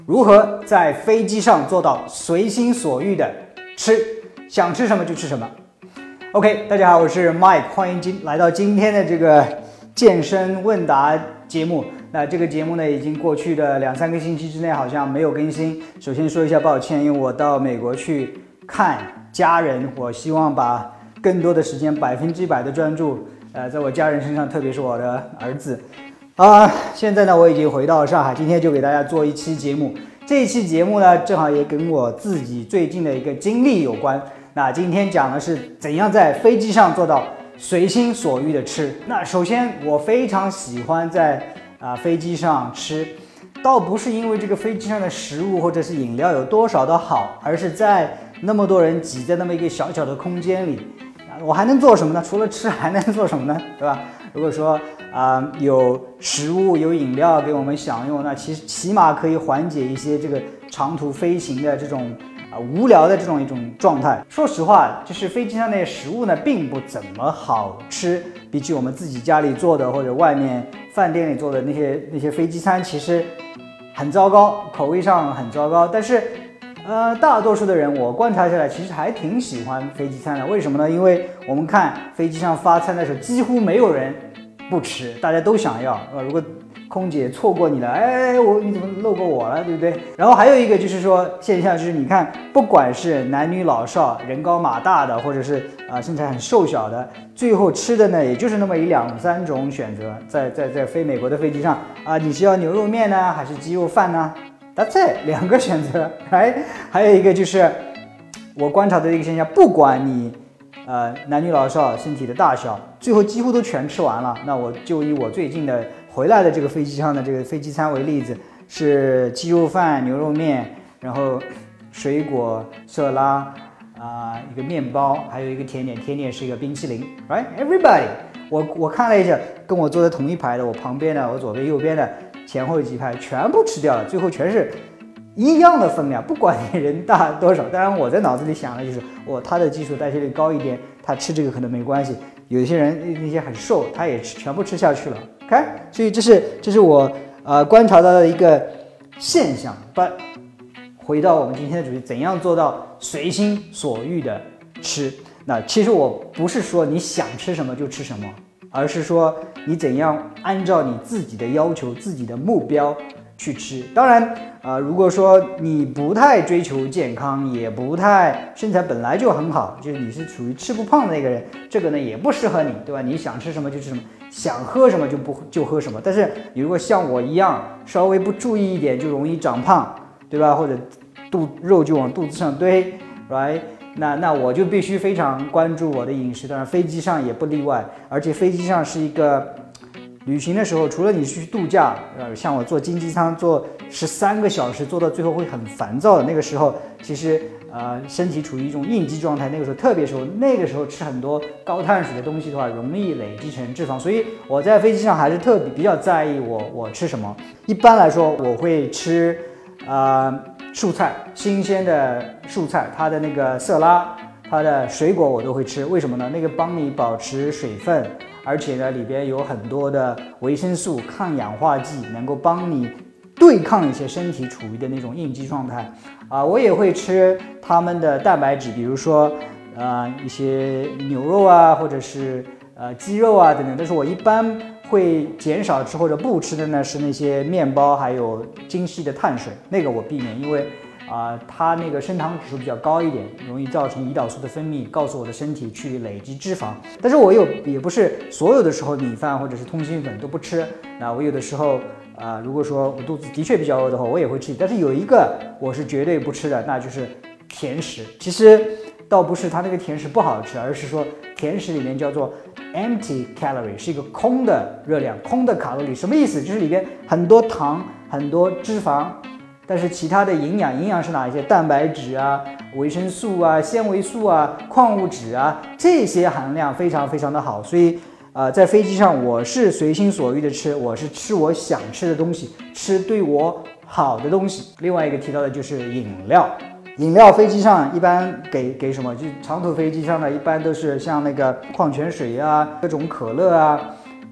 如何在飞机上做到随心所欲的吃，想吃什么就吃什么。OK， 大家好，我是 Mike， 欢迎来到今天的这个健身问答节目。那这个节目呢，已经过去的2-3个星期之内好像没有更新。首先说一下抱歉，因为我到美国去看家人，我希望把更多的时间100%的专注在我家人身上，特别是我的儿子。现在呢，我已经回到上海，今天就给大家做一期节目。这一期节目呢，正好也跟我自己最近的一个经历有关。那今天讲的是怎样在飞机上做到随心所欲的吃。那首先，我非常喜欢在飞机上吃，倒不是因为这个飞机上的食物或者是饮料有多少的好，而是在那么多人挤在那么一个小小的空间里，我还能做什么呢？除了吃还能做什么呢？对吧？如果说有食物有饮料给我们享用，那其实起码可以缓解一些这个长途飞行的这种无聊的这种一种状态。说实话，就是飞机上那些食物呢，并不怎么好吃，比起我们自己家里做的或者外面饭店里做的那些飞机餐，其实很糟糕，口味上很糟糕。但是大多数的人我观察下来，其实还挺喜欢飞机餐的。为什么呢？因为我们看飞机上发餐的时候，几乎没有人不吃，大家都想要。如果空姐错过你了，你怎么漏过我了，对不对？然后还有一个就是说现象，就是你看，不管是男女老少，人高马大的，或者是身材很瘦小的，最后吃的呢，也就是那么1-2-3种选择。在飞美国的飞机上你是要牛肉面呢，还是鸡肉饭呢？That's it， 2个选择。还有一个就是我观察的一个现象，不管你男女老少身体的大小，最后几乎都全吃完了。那我就以我最近的回来的这个飞机上的这个飞机餐为例子，是鸡肉饭、牛肉面，然后水果、色拉一个面包，还有一个甜点，甜点是一个冰淇淋。Right, everybody， 我看了一下，跟我坐在同一排的，我旁边的，我左边右边的，前后几排全部吃掉了，最后全是一样的分量，不管你人大多少。当然我在脑子里想的就是他的基础代谢率高一点，他吃这个可能没关系。有些人那些很瘦，他也全部吃下去了。OK， 所以这是我观察到的一个现象。But 回到我们今天的主题，怎样做到随心所欲的吃？那其实我不是说你想吃什么就吃什么，而是说你怎样按照你自己的要求、自己的目标去吃。当然如果说你不太追求健康，也不太身材本来就很好，就是你是属于吃不胖的那个人，这个呢也不适合你，对吧？你想吃什么就吃什么，想喝什么就喝什么。但是你如果像我一样稍微不注意一点，就容易长胖，对吧？或者肉就往肚子上堆 ，right？ 那我就必须非常关注我的饮食，当然飞机上也不例外。而且飞机上是一个旅行的时候，除了你去度假，像我坐经济舱坐13个小时，坐到最后会很烦躁的那个时候，其实身体处于一种应激状态，那个时候特别那个时候吃很多高碳水的东西的话，容易累积成脂肪。所以我在飞机上还是比较在意我吃什么。一般来说，我会吃蔬菜，新鲜的蔬菜，它的那个色拉，它的水果我都会吃。为什么呢？那个帮你保持水分，而且呢里边有很多的维生素、抗氧化剂，能够帮你对抗一些身体处于的那种应激状态。我也会吃它们的蛋白质，比如说一些牛肉啊，或者是鸡肉啊等等。但是我一般会减少吃或者不吃的呢是那些面包，还有精细的碳水，那个我避免，因为它那个升糖指数比较高一点，容易造成胰岛素的分泌，告诉我的身体去累积脂肪。但是我也不是所有的时候米饭或者是通心粉都不吃。那我有的时候如果说我肚子的确比较饿的话，我也会吃。但是有一个我是绝对不吃的，那就是甜食。其实倒不是它那个甜食不好吃，而是说甜食里面叫做 empty calorie， 是一个空的热量、空的卡路里。什么意思？就是里边很多糖、很多脂肪，但是其他的营养是哪一些？蛋白质啊、维生素啊、纤维素啊、矿物质啊，这些含量非常非常的好。所以在飞机上我是随心所欲的吃，我是吃我想吃的东西，吃对我好的东西。另外一个提到的就是饮料。饮料飞机上一般给什么？就长途飞机上呢，一般都是像那个矿泉水啊、各种可乐啊、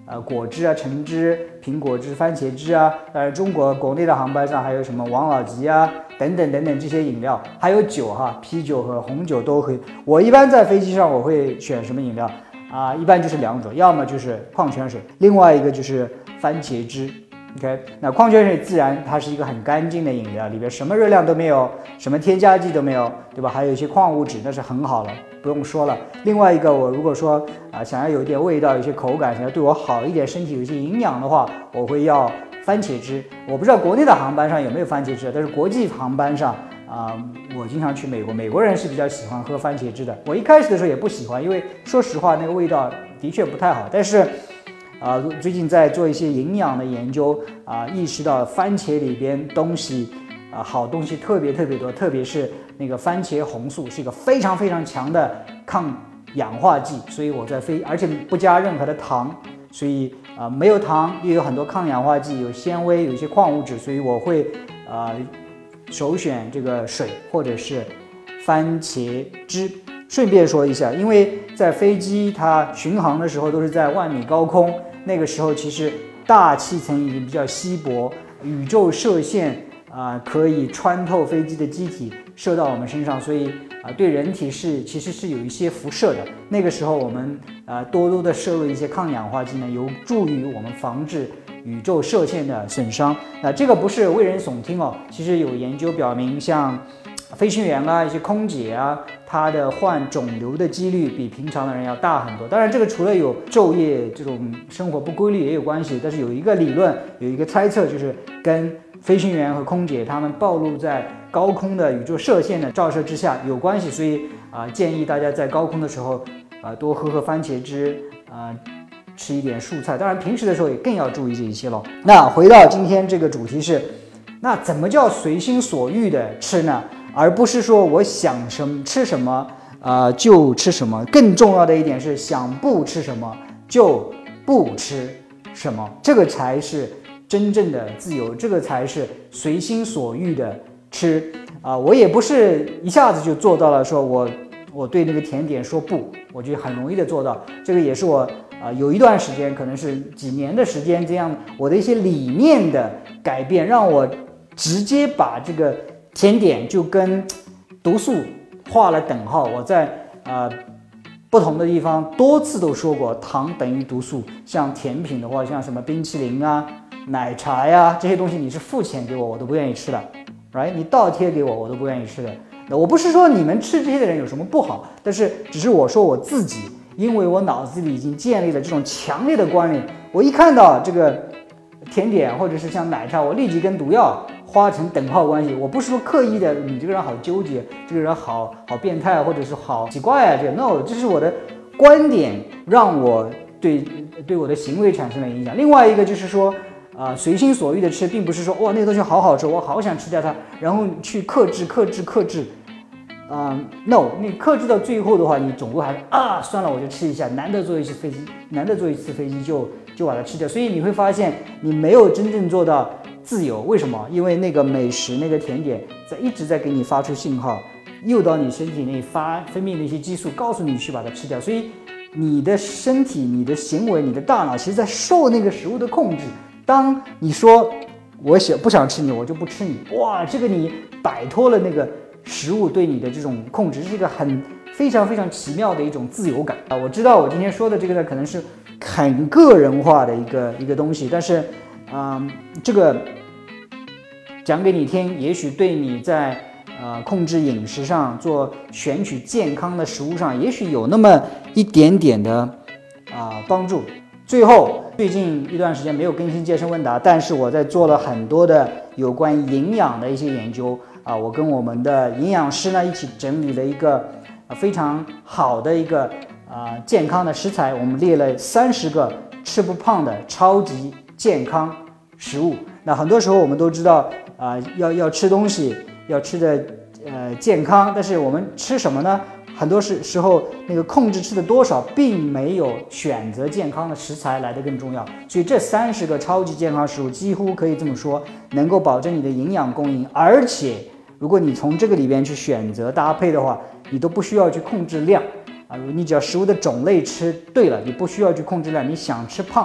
果汁啊、橙汁、苹果汁、番茄汁啊。当然，中国国内的航班上还有什么王老吉啊等等等等这些饮料，还有酒哈，啤酒和红酒都可以。我一般在飞机上我会选什么饮料啊？一般就是2种，要么就是矿泉水，另外一个就是番茄汁。OK， 那矿泉水自然它是一个很干净的饮料，里边什么热量都没有，什么添加剂都没有，对吧？还有一些矿物质，那是很好了，不用说了。另外一个，我如果说想要有一点味道，有些口感，想要对我好一点，身体有一些营养的话，我会要番茄汁。我不知道国内的航班上有没有番茄汁，但是国际航班上我经常去美国，美国人是比较喜欢喝番茄汁的。我一开始的时候也不喜欢，因为说实话那个味道的确不太好，但是最近在做一些营养的研究意识到番茄里边东西好东西特别多，特别是那个番茄红素是一个非常强的抗氧化剂，所以我在而且不加任何的糖，所以没有糖又有很多抗氧化剂，有纤维，有一些矿物质，所以我会首选这个水或者是番茄汁。顺便说一下，因为在飞机它巡航的时候都是在10000米高空，那个时候其实大气层已经比较稀薄，宇宙射线可以穿透飞机的机体射到我们身上，所以对人体其实是有一些辐射的。那个时候我们多的摄入一些抗氧化剂呢，有助于我们防治宇宙射线的损伤。那这个不是危人耸听哦，其实有研究表明，像飞行员啊、一些空姐啊，他的患肿瘤的几率比平常的人要大很多。当然，这个除了有昼夜这种生活不规律也有关系，但是有一个理论，有一个猜测，就是跟飞行员和空姐他们暴露在高空的宇宙射线的照射之下有关系。所以建议大家在高空的时候多喝番茄汁吃一点蔬菜。当然，平时的时候也更要注意这一些咯。那回到今天这个主题是，那怎么叫随心所欲的吃呢？而不是说我想吃什么就吃什么。更重要的一点是，想不吃什么就不吃什么，这个才是真正的自由，这个才是随心所欲的吃我也不是一下子就做到了，说我对那个甜点说不，我觉得很容易的做到。这个也是我有一段时间，可能是几年的时间，这样我的一些理念的改变，让我直接把这个甜点就跟毒素画了等号。我在不同的地方多次都说过，糖等于毒素。像甜品的话，像什么冰淇淋啊、奶茶呀这些东西，你是付钱给我，我都不愿意吃的 ，right？ 你倒贴给我，我都不愿意吃的。那我不是说你们吃这些的人有什么不好，但是只是我说我自己，因为我脑子里已经建立了这种强烈的关联，我一看到这个甜点或者是像奶茶，我立即跟毒药画成等号关系。我不是说刻意的，你这个人好纠结，这个人好变态，或者是好奇怪啊，这个 no， 这是我的观点，让我对我的行为产生了影响。另外一个就是说，随心所欲的吃，并不是说哇那个东西好好吃，我好想吃掉它，然后去克制。no， 你克制到最后的话，你总归还是算了，我就吃一下，难得坐一次飞机就把它吃掉。所以你会发现，你没有真正做到自由。为什么？因为那个美食、那个甜点一直在给你发出信号，诱导你身体内分泌的一些激素，告诉你去把它吃掉。所以你的身体、你的行为、你的大脑，其实在受那个食物的控制。当你说我不想吃你，我就不吃你，哇，这个你摆脱了那个食物对你的这种控制，是一个非常奇妙的一种自由感我知道我今天说的这个呢，可能是很个人化的一个东西，但是这个讲给你听，也许对你在控制饮食上，选取健康的食物上，也许有那么一点点的帮助。最后，最近一段时间没有更新健身问答，但是我在做了很多的有关营养的一些研究我跟我们的营养师呢一起整理了一个非常好的一个健康的食材，我们列了30个吃不胖的超级健康食物。那很多时候我们都知道要吃东西，要吃的健康，但是我们吃什么呢？很多时候那个控制吃的多少，并没有选择健康的食材来得更重要。所以这30个超级健康食物几乎可以这么说，能够保证你的营养供应，而且如果你从这个里边去选择搭配的话，你都不需要去控制量你只要食物的种类吃对了，你不需要去控制量，你想吃胖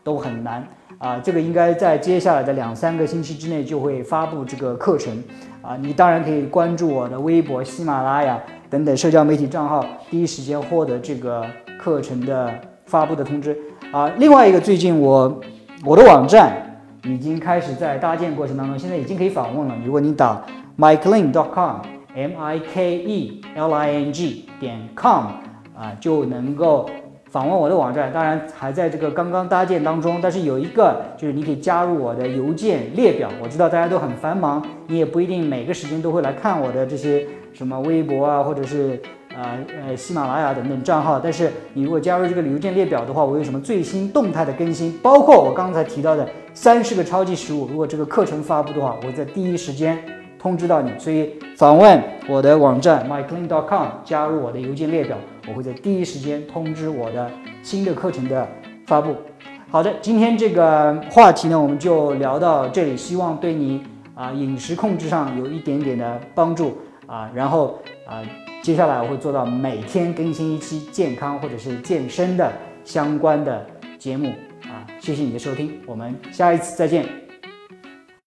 都很难这个应该在接下来的2-3个星期之内就会发布这个课程你当然可以关注我的微博、喜马拉雅等等社交媒体账号，第一时间获得这个课程的发布的通知另外一个，最近我的网站已经开始在搭建过程当中，现在已经可以访问了。如果你打 mikeling.com mikeling.com 就能够访问我的网站。当然还在这个刚刚搭建当中，但是有一个就是你可以加入我的邮件列表。我知道大家都很繁忙，你也不一定每个时间都会来看我的这些什么微博或者是喜马拉雅等等账号，但是你如果加入这个邮件列表的话，我有什么最新动态的更新，包括我刚才提到的30个超级食物，如果这个课程发布的话，我会在第一时间通知到你。所以访问我的网站 mikeling.com 加入我的邮件列表，我会在第一时间通知我的新的课程的发布。好的，今天这个话题呢，我们就聊到这里，希望对你饮食控制上有一点点的帮助然后接下来我会做到每天更新一期健康或者是健身的相关的节目谢谢你的收听，我们下一次再见。